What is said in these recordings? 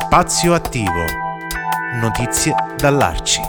Spazio attivo. Notizie dall'Arci.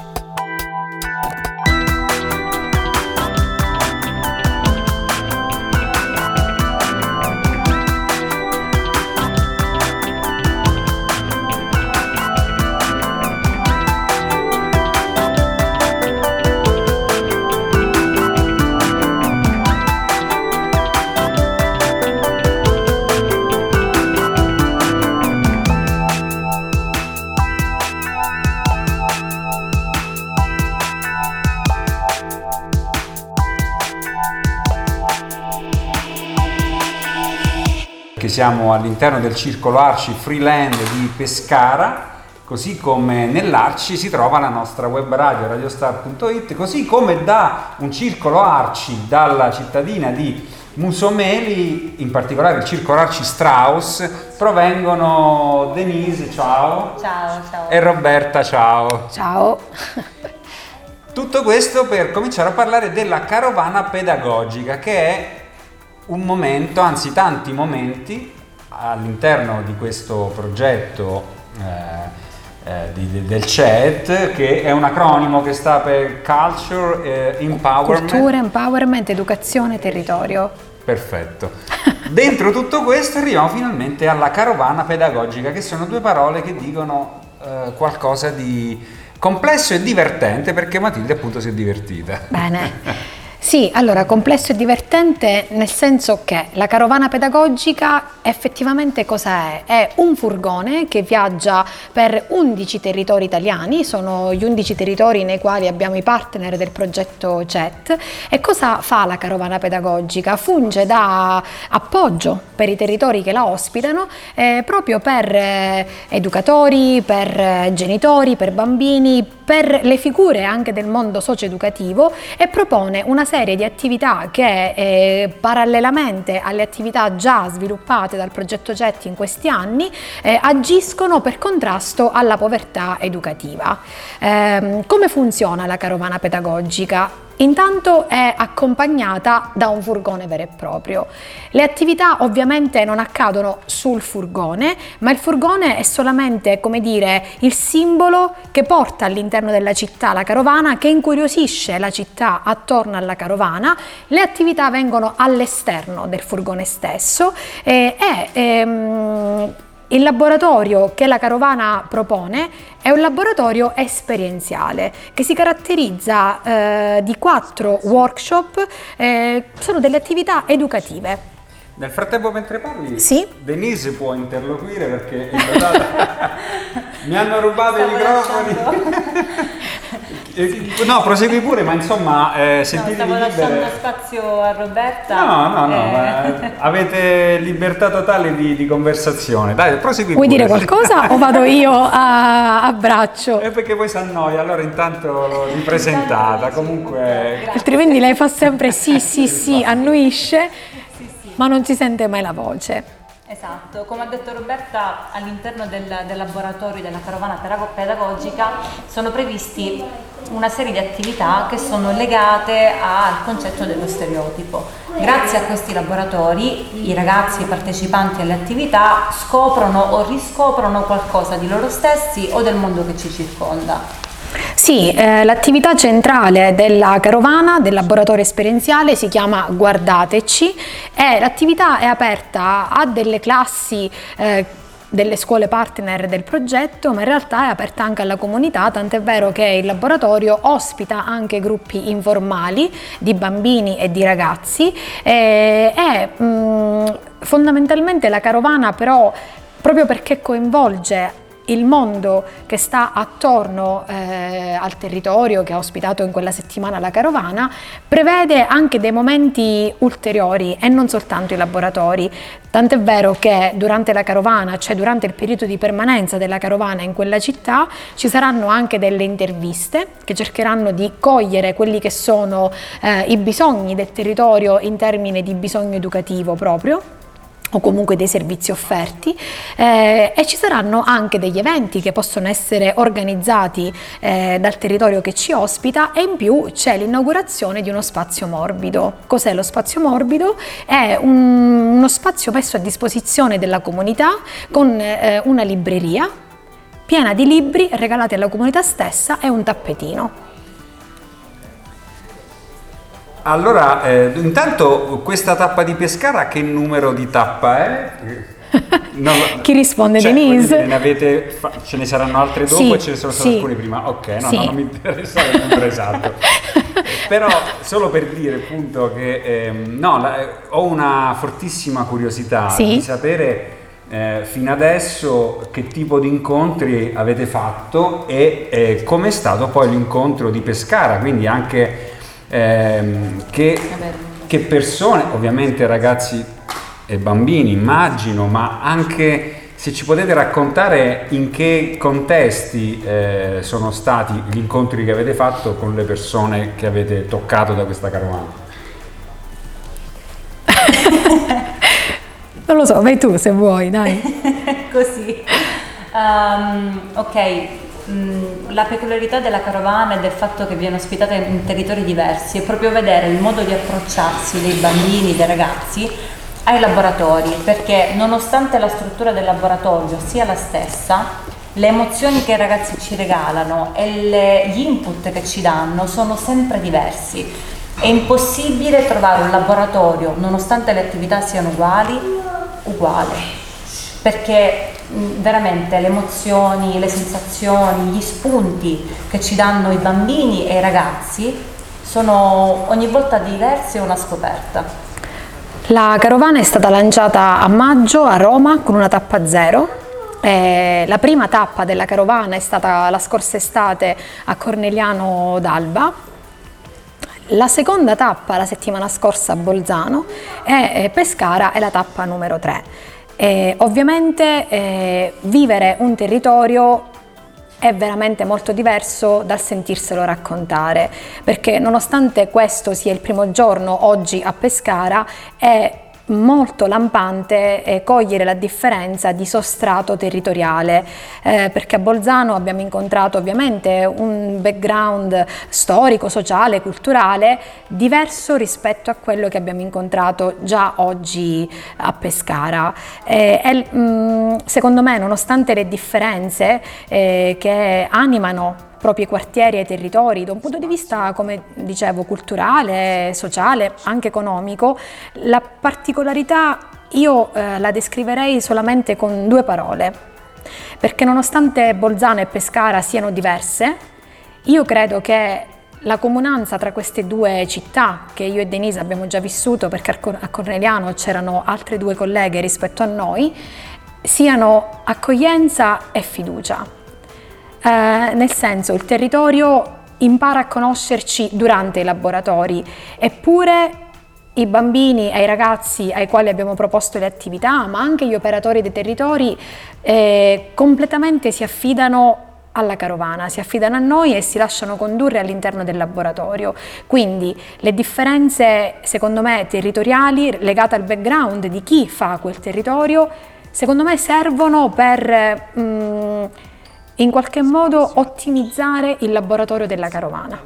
Siamo all'interno del circolo Arci Freeland di Pescara, così come nell'Arci si trova la nostra web radio radiostar.it, così come da un circolo Arci dalla cittadina di Musomeli, in particolare il circolo Arci Strauss, provengono Denise, ciao. Ciao. E Roberta, ciao. Ciao. Tutto questo per cominciare a parlare della carovana pedagogica, che è un momento, anzi tanti momenti all'interno di questo progetto del CET, che è un acronimo che sta per Culture, Empowerment. Cultura, Empowerment, Educazione, Territorio. Perfetto. Dentro tutto questo arriviamo finalmente alla carovana pedagogica, che sono due parole che dicono qualcosa di complesso e divertente, perché Matilde appunto si è divertita. Bene. Sì, allora, complesso e divertente nel senso che la carovana pedagogica effettivamente cosa è? È un furgone che viaggia per 11 territori italiani, sono gli 11 territori nei quali abbiamo i partner del progetto CET. E cosa fa la carovana pedagogica? Funge da appoggio per i territori che la ospitano, proprio per educatori, per genitori, per bambini, per le figure anche del mondo socio-educativo, e propone una serie di attività che parallelamente alle attività già sviluppate dal progetto CET in questi anni agiscono per contrasto alla povertà educativa. Come funziona la carovana pedagogica? Intanto è accompagnata da un furgone vero e proprio. Le attività ovviamente non accadono sul furgone, ma il furgone è solamente, come dire, il simbolo che porta all'interno della città la carovana, che incuriosisce la città attorno alla carovana. Le attività vengono all'esterno del furgone stesso il laboratorio che la carovana propone è un laboratorio esperienziale che si caratterizza di 4 workshop, sono delle attività educative. Nel frattempo, mentre parli, sì? Denise può interloquire, perché mi hanno rubato i microfoni. No, prosegui pure, ma insomma, sentitevi stavo libere. lasciando spazio a Roberta. No, ma avete libertà totale di conversazione. Dai, prosegui Vuoi pure. dire qualcosa o vado io a braccio? È perché poi si annoia, allora intanto l'ho ripresentata, comunque. Altrimenti lei fa sempre sì, annuisce, ma non si sente mai la voce. Esatto, come ha detto Roberta, all'interno del laboratorio della carovana pedagogica sono previsti una serie di attività che sono legate al concetto dello stereotipo. Grazie a questi laboratori i ragazzi partecipanti alle attività scoprono o riscoprono qualcosa di loro stessi o del mondo che ci circonda. Sì, l'attività centrale della carovana, del laboratorio esperienziale, si chiama Guardateci, e l'attività è aperta a delle classi delle scuole partner del progetto, ma in realtà è aperta anche alla comunità, tant'è vero che il laboratorio ospita anche gruppi informali di bambini e di ragazzi. Fondamentalmente la carovana, però, proprio perché coinvolge il mondo che sta attorno al territorio che ha ospitato in quella settimana la carovana, prevede anche dei momenti ulteriori e non soltanto i laboratori. Tant'è vero che durante la carovana, cioè durante il periodo di permanenza della carovana in quella città, ci saranno anche delle interviste che cercheranno di cogliere quelli che sono i bisogni del territorio in termini di bisogno educativo proprio, o comunque dei servizi offerti, e ci saranno anche degli eventi che possono essere organizzati dal territorio che ci ospita, e in più c'è l'inaugurazione di uno spazio morbido. Cos'è lo spazio morbido? È uno spazio messo a disposizione della comunità con una libreria piena di libri regalati alla comunità stessa e un tappetino. Allora, intanto questa tappa di Pescara che numero di tappa è? Chi risponde? Cioè, Denise? Ce ne saranno altre dopo Sì, e ce ne sono state sì. alcune prima? Ok, no, Sì. non mi interessa il numero esatto. Però solo per dire appunto che ho una fortissima curiosità Sì. di sapere fino adesso che tipo di incontri avete fatto e com'è stato poi l'incontro di Pescara, quindi anche che persone, ovviamente ragazzi e bambini immagino, ma anche se ci potete raccontare in che contesti sono stati gli incontri che avete fatto con le persone che avete toccato da questa carovana. Non lo so, vai tu se vuoi, dai. Così. Ok, la peculiarità della carovana e del fatto che viene ospitata in territori diversi è proprio vedere il modo di approcciarsi dei bambini, dei ragazzi ai laboratori, perché nonostante la struttura del laboratorio sia la stessa, le emozioni che i ragazzi ci regalano e gli input che ci danno sono sempre diversi. È impossibile trovare un laboratorio, nonostante le attività siano uguale, perché veramente le emozioni, le sensazioni, gli spunti che ci danno i bambini e i ragazzi sono ogni volta diversi e una scoperta. La carovana è stata lanciata a maggio a Roma con una tappa zero. La prima tappa della carovana è stata la scorsa estate a Corneliano d'Alba. La seconda tappa la settimana scorsa a Bolzano e Pescara è la tappa numero 3. Ovviamente vivere un territorio è veramente molto diverso dal sentirselo raccontare, perché nonostante questo sia il primo giorno oggi a Pescara, è molto lampante cogliere la differenza di sostrato territoriale, perché a Bolzano abbiamo incontrato ovviamente un background storico, sociale, culturale diverso rispetto a quello che abbiamo incontrato già oggi a Pescara. Secondo me, nonostante le differenze che animano propri quartieri e territori da un punto di vista, come dicevo, culturale, sociale, anche economico, la particolarità io la descriverei solamente con 2 parole, perché nonostante Bolzano e Pescara siano diverse, io credo che la comunanza tra queste 2 città, che io e Denise abbiamo già vissuto perché a Corneliano c'erano altre 2 colleghe rispetto a noi, siano accoglienza e fiducia. Nel senso, il territorio impara a conoscerci durante i laboratori, eppure i bambini e i ragazzi ai quali abbiamo proposto le attività, ma anche gli operatori dei territori, completamente si affidano alla carovana, si affidano a noi e si lasciano condurre all'interno del laboratorio. Quindi le differenze, secondo me, territoriali legate al background di chi fa quel territorio, secondo me servono per in qualche modo ottimizzare il laboratorio della carovana.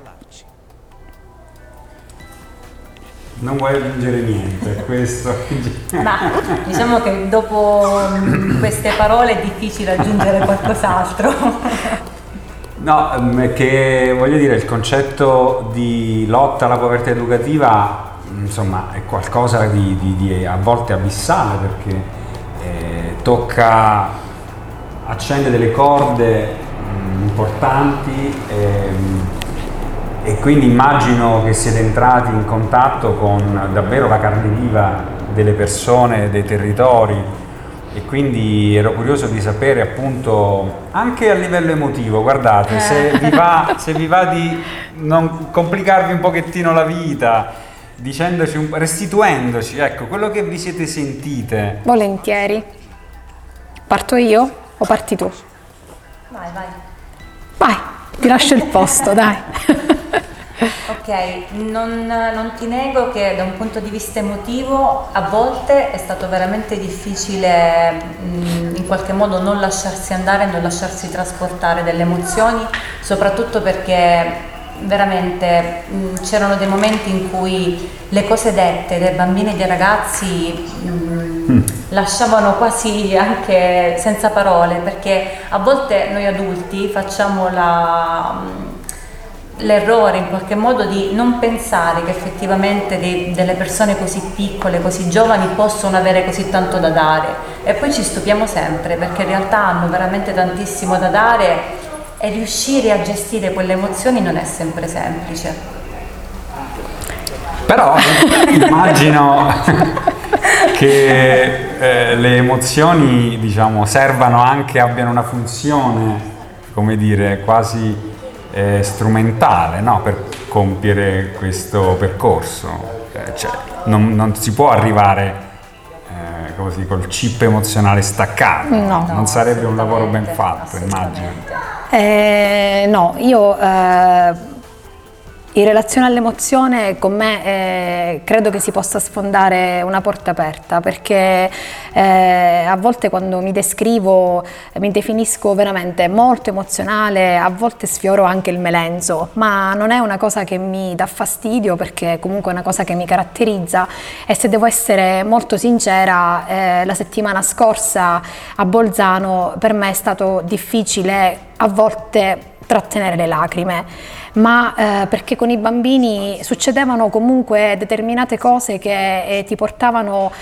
Non vuoi aggiungere niente a questo? Ma diciamo che dopo queste parole è difficile aggiungere qualcos'altro. No, che voglio dire, il concetto di lotta alla povertà educativa, insomma, è qualcosa di a volte abissale, perché tocca, accende delle corde importanti e quindi immagino che siete entrati in contatto con davvero la carne viva delle persone, dei territori, e quindi ero curioso di sapere, appunto, anche a livello emotivo, guardate, se vi va di non complicarvi un pochettino la vita, dicendoci, restituendoci, ecco, quello che vi siete sentite. Volentieri. Parto io o parti tu? Vai. Vai, ti lascio il posto, dai. Ok, non ti nego che da un punto di vista emotivo a volte è stato veramente difficile in qualche modo non lasciarsi andare, non lasciarsi trasportare dalle emozioni, soprattutto perché veramente c'erano dei momenti in cui le cose dette dai bambini e dai ragazzi lasciavano quasi anche senza parole, perché a volte noi adulti facciamo l'errore in qualche modo di non pensare che effettivamente delle persone così piccole, così giovani possono avere così tanto da dare, e poi ci stupiamo sempre perché in realtà hanno veramente tantissimo da dare e riuscire a gestire quelle emozioni non è sempre semplice. Però immagino che le emozioni, diciamo, servano anche, abbiano una funzione, come dire, quasi strumentale, no? Per compiere questo percorso. Cioè, non si può arrivare così col chip emozionale staccato, No. non sarebbe un lavoro ben fatto, immagino. No, io in relazione all'emozione, con me credo che si possa sfondare una porta aperta, perché a volte quando mi descrivo mi definisco veramente molto emozionale, a volte sfioro anche il melenzo, ma non è una cosa che mi dà fastidio, perché comunque è una cosa che mi caratterizza. E se devo essere molto sincera, la settimana scorsa a Bolzano per me è stato difficile a volte trattenere le lacrime, ma perché con i bambini succedevano comunque determinate cose che ti portavano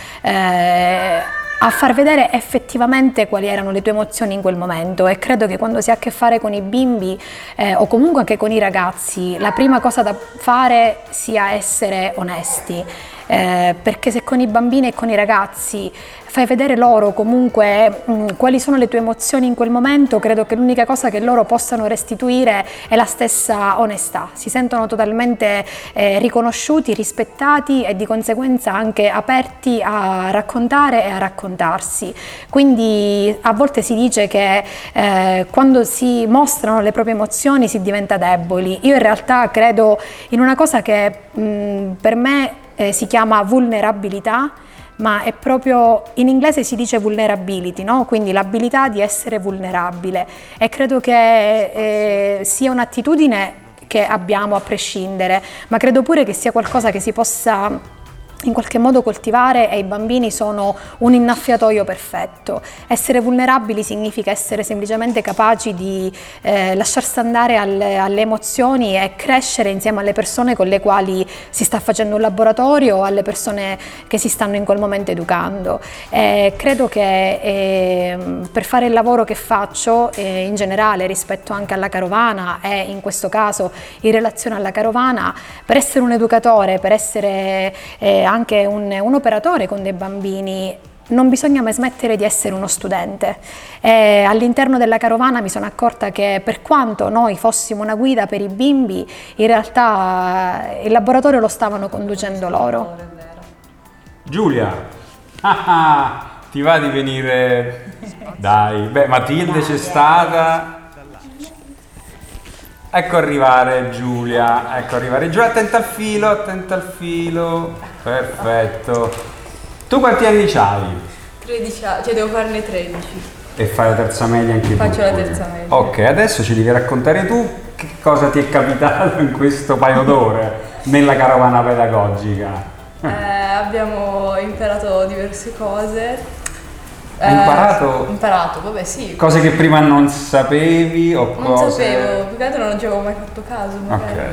a far vedere effettivamente quali erano le tue emozioni in quel momento. E credo che quando si ha a che fare con i bimbi o comunque anche con i ragazzi, la prima cosa da fare sia essere onesti, perché se con i bambini e con i ragazzi fai vedere loro comunque quali sono le tue emozioni in quel momento, credo che l'unica cosa che loro possano restituire è la stessa onestà. Si sentono totalmente riconosciuti, rispettati e di conseguenza anche aperti a raccontare e a raccontarsi. Quindi a volte si dice che quando si mostrano le proprie emozioni si diventa deboli. Io in realtà credo in una cosa che per me si chiama vulnerabilità, ma è proprio, in inglese si dice vulnerability, no? Quindi l'abilità di essere vulnerabile, e credo che sia un'attitudine che abbiamo a prescindere, ma credo pure che sia qualcosa che si possa in qualche modo coltivare, e i bambini sono un innaffiatoio perfetto. Essere vulnerabili significa essere semplicemente capaci di lasciarsi andare alle emozioni e crescere insieme alle persone con le quali si sta facendo un laboratorio o alle persone che si stanno in quel momento educando. Credo che per fare il lavoro che faccio in generale rispetto anche alla Carovana, e in questo caso in relazione alla Carovana, per essere un educatore, per essere anche un operatore con dei bambini, non bisogna mai smettere di essere uno studente. All'interno della Carovana mi sono accorta che per quanto noi fossimo una guida per i bimbi, in realtà il laboratorio lo stavano conducendo loro. Giulia, ti va di venire? Dai, beh, Matilde c'è stata. Ecco arrivare Giulia, attenta al filo, perfetto. Tu quanti anni c'hai? 13 anni, cioè devo farne 13. E fai la terza media anche tu? Faccio la terza media. Ok, adesso ci devi raccontare tu che cosa ti è capitato in questo paio d'ore nella carovana pedagogica. Abbiamo imparato diverse cose. Hai imparato? Imparato, vabbè sì. Cose che prima non sapevi o Non cose... sapevo, più che altro non ci avevo mai fatto caso magari. Ok.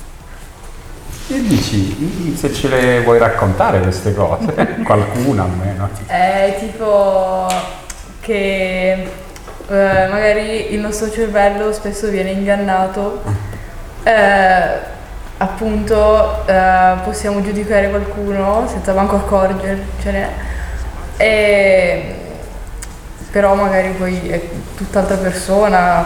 E dici, se ce le vuoi raccontare queste cose? Qualcuna almeno. Tipo che magari il nostro cervello spesso viene ingannato. Appunto possiamo giudicare qualcuno senza manco accorgercene. Però magari poi è tutt'altra persona.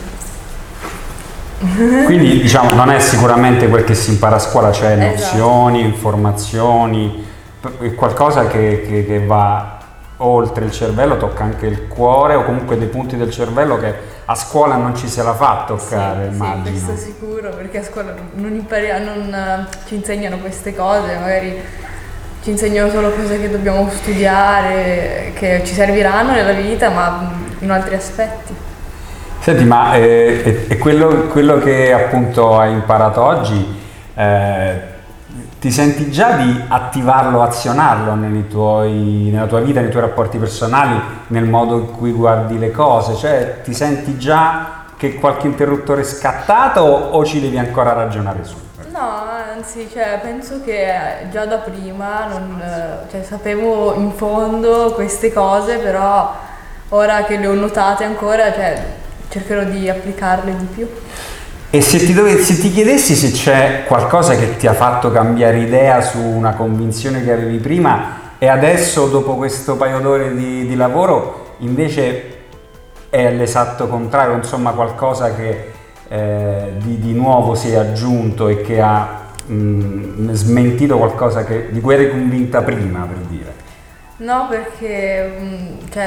Quindi diciamo non è sicuramente quel che si impara a scuola, cioè nozioni, informazioni, è qualcosa che va oltre il cervello, tocca anche il cuore, o comunque dei punti del cervello che a scuola non ci se la fa toccare, immagino. Sì, questo sicuro, perché a scuola non ci insegnano queste cose, magari ci insegnano solo cose che dobbiamo studiare, che ci serviranno nella vita, ma in altri aspetti. Senti, ma è quello che appunto hai imparato oggi, ti senti già di attivarlo, azionarlo nella tua vita, nei tuoi rapporti personali, nel modo in cui guardi le cose? Cioè, ti senti già che qualche interruttore è scattato o ci devi ancora ragionare su? No, anzi, cioè, penso che già da prima cioè, sapevo in fondo queste cose, però ora che le ho notate ancora, cioè, cercherò di applicarle di più. E se ti chiedessi se c'è qualcosa che ti ha fatto cambiare idea su una convinzione che avevi prima e adesso, dopo questo paio d'ore di lavoro, invece è l'esatto contrario, insomma qualcosa che di nuovo si è aggiunto e che ha smentito qualcosa di cui eri convinta prima, per dire. No, perché cioè,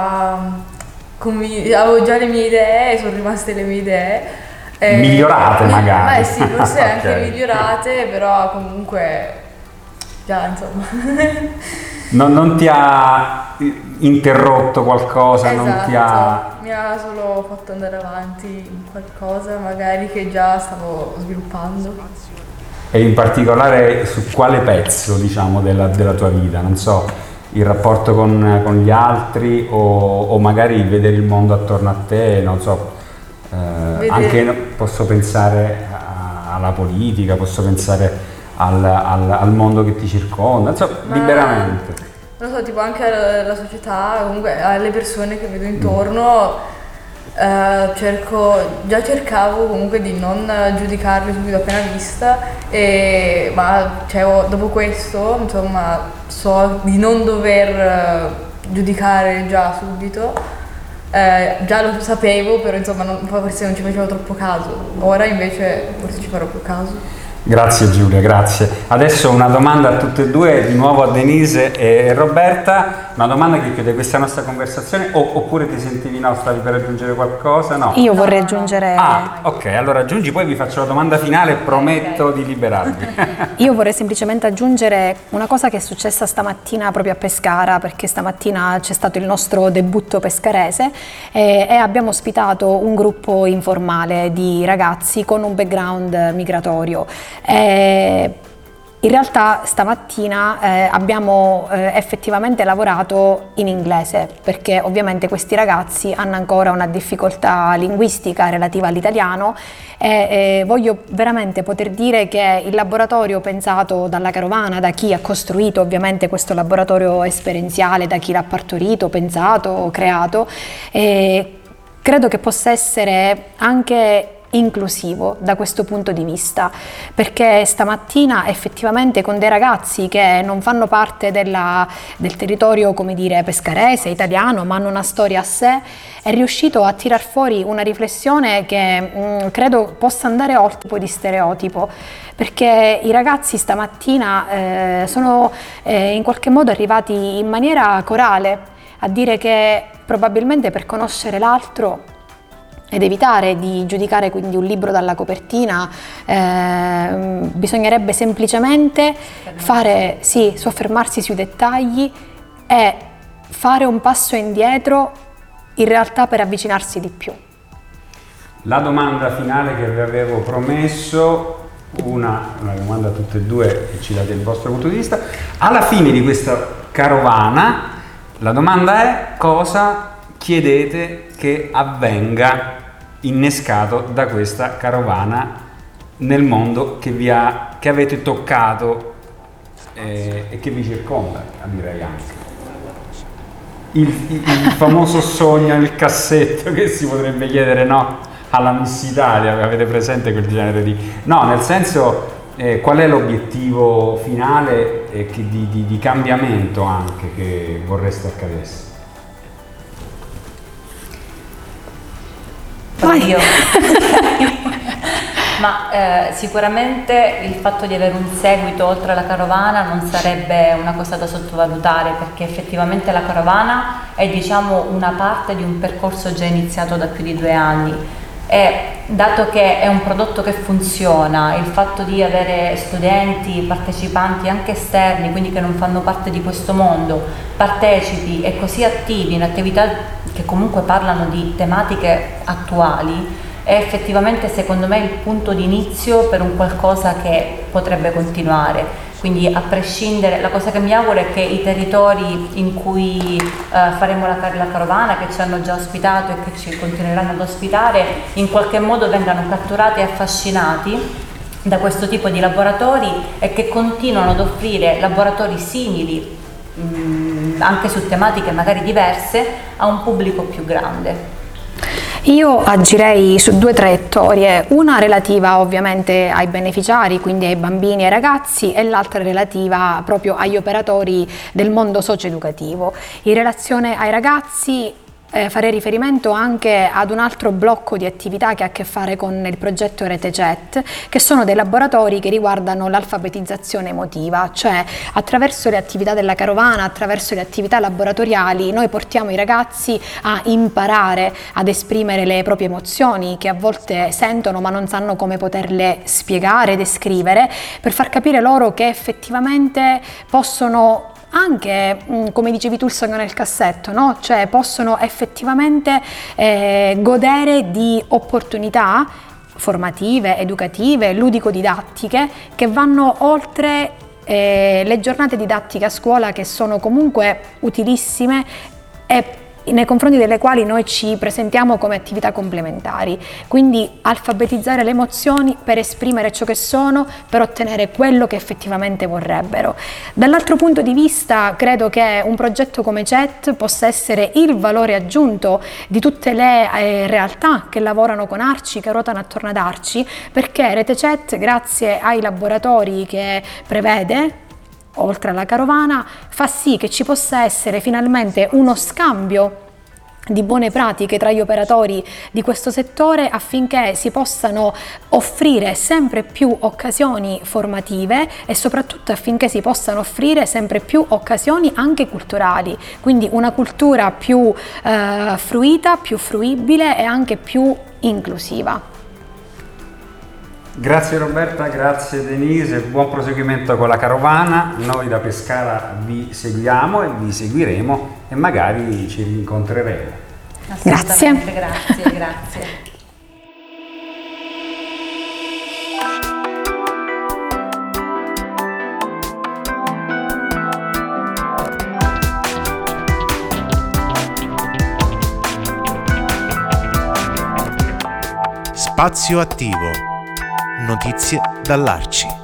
avevo già le mie idee, sono rimaste le mie idee. Migliorate magari. Beh sì, forse Okay. anche migliorate, però comunque già insomma. Non ti ha interrotto qualcosa, Esatto, non ti ha... mi ha solo fatto andare avanti in qualcosa magari che già stavo sviluppando. E in particolare su quale pezzo, diciamo, della tua vita? Non so, il rapporto con gli altri o magari vedere il mondo attorno a te, non so, anche posso pensare alla politica, posso pensare al mondo che ti circonda, insomma, liberamente. Non so, tipo anche alla società, comunque alle persone che vedo intorno, cercavo comunque di non giudicarle subito appena vista, ma cioè, dopo questo, insomma, so di non dover giudicare già subito. Già lo sapevo, però insomma forse non ci facevo troppo caso. Ora invece forse ci farò più caso. Grazie Giulia, grazie. Adesso una domanda a tutte e due, di nuovo a Denise e Roberta, una domanda che chiude questa nostra conversazione, oppure ti sentivi stavi per aggiungere qualcosa? No? Io vorrei aggiungere... Ah, ok, allora aggiungi, poi vi faccio la domanda finale e prometto di liberarvi. Io vorrei semplicemente aggiungere una cosa che è successa stamattina proprio a Pescara, perché stamattina c'è stato il nostro debutto pescarese e abbiamo ospitato un gruppo informale di ragazzi con un background migratorio. In realtà stamattina abbiamo effettivamente lavorato in inglese, perché ovviamente questi ragazzi hanno ancora una difficoltà linguistica relativa all'italiano e voglio veramente poter dire che il laboratorio pensato dalla Carovana, da chi ha costruito ovviamente questo laboratorio esperienziale, da chi l'ha partorito, pensato, creato, credo che possa essere anche inclusivo da questo punto di vista, perché stamattina effettivamente con dei ragazzi che non fanno parte del territorio, come dire, pescarese, italiano, ma hanno una storia a sé, è riuscito a tirar fuori una riflessione che credo possa andare oltre un po' di stereotipo, perché i ragazzi stamattina sono in qualche modo arrivati in maniera corale a dire che probabilmente per conoscere l'altro ed evitare di giudicare quindi un libro dalla copertina, bisognerebbe semplicemente soffermarsi sui dettagli e fare un passo indietro in realtà per avvicinarsi di più. La domanda finale che vi avevo promesso, una domanda a tutte e due e ci date il vostro punto di vista. Alla fine di questa carovana la domanda è: cosa chiedete che avvenga innescato da questa carovana nel mondo che avete toccato e che vi circonda, direi anche. Il famoso sogno, il cassetto che si potrebbe chiedere, no, alla Miss Italia, avete presente quel genere di... No, nel senso, qual è l'obiettivo finale di cambiamento anche che vorreste accadesse? Io. Ma sicuramente il fatto di avere un seguito oltre alla carovana non sarebbe una cosa da sottovalutare, perché effettivamente la carovana è, diciamo, una parte di un percorso già iniziato da più di 2 anni e dato che è un prodotto che funziona, il fatto di avere studenti, partecipanti anche esterni, quindi che non fanno parte di questo mondo, partecipi e così attivi in attività che comunque parlano di tematiche attuali, è effettivamente secondo me il punto di inizio per un qualcosa che potrebbe continuare. Quindi a prescindere, la cosa che mi auguro è che i territori in cui faremo la carovana, che ci hanno già ospitato e che ci continueranno ad ospitare, in qualche modo vengano catturati e affascinati da questo tipo di laboratori e che continuano ad offrire laboratori simili, anche su tematiche magari diverse, a un pubblico più grande. Io agirei su due traiettorie, una relativa ovviamente ai beneficiari, quindi ai bambini e ai ragazzi, e l'altra relativa proprio agli operatori del mondo socio-educativo. In relazione ai ragazzi farei riferimento anche ad un altro blocco di attività che ha a che fare con il progetto ReteChat, che sono dei laboratori che riguardano l'alfabetizzazione emotiva, cioè attraverso le attività della carovana, attraverso le attività laboratoriali, noi portiamo i ragazzi a imparare ad esprimere le proprie emozioni che a volte sentono ma non sanno come poterle spiegare, descrivere, per far capire loro che effettivamente possono anche, come dicevi tu, il sogno nel cassetto, no? Cioè possono effettivamente godere di opportunità formative, educative, ludico-didattiche che vanno oltre le giornate didattiche a scuola, che sono comunque utilissime e nei confronti delle quali noi ci presentiamo come attività complementari. Quindi alfabetizzare le emozioni per esprimere ciò che sono, per ottenere quello che effettivamente vorrebbero. Dall'altro punto di vista credo che un progetto come CET possa essere il valore aggiunto di tutte le realtà che lavorano con Arci, che ruotano attorno ad Arci, perché ReteChat, grazie ai laboratori che prevede, oltre alla carovana, fa sì che ci possa essere finalmente uno scambio di buone pratiche tra gli operatori di questo settore, affinché si possano offrire sempre più occasioni formative e soprattutto affinché si possano offrire sempre più occasioni anche culturali, quindi una cultura più fruita, più fruibile e anche più inclusiva. Grazie Roberta, grazie Denise, buon proseguimento con la carovana. Noi da Pescara vi seguiamo e vi seguiremo e magari ci rincontreremo. Grazie. Grazie. Spazio attivo. Notizie dall'Arci.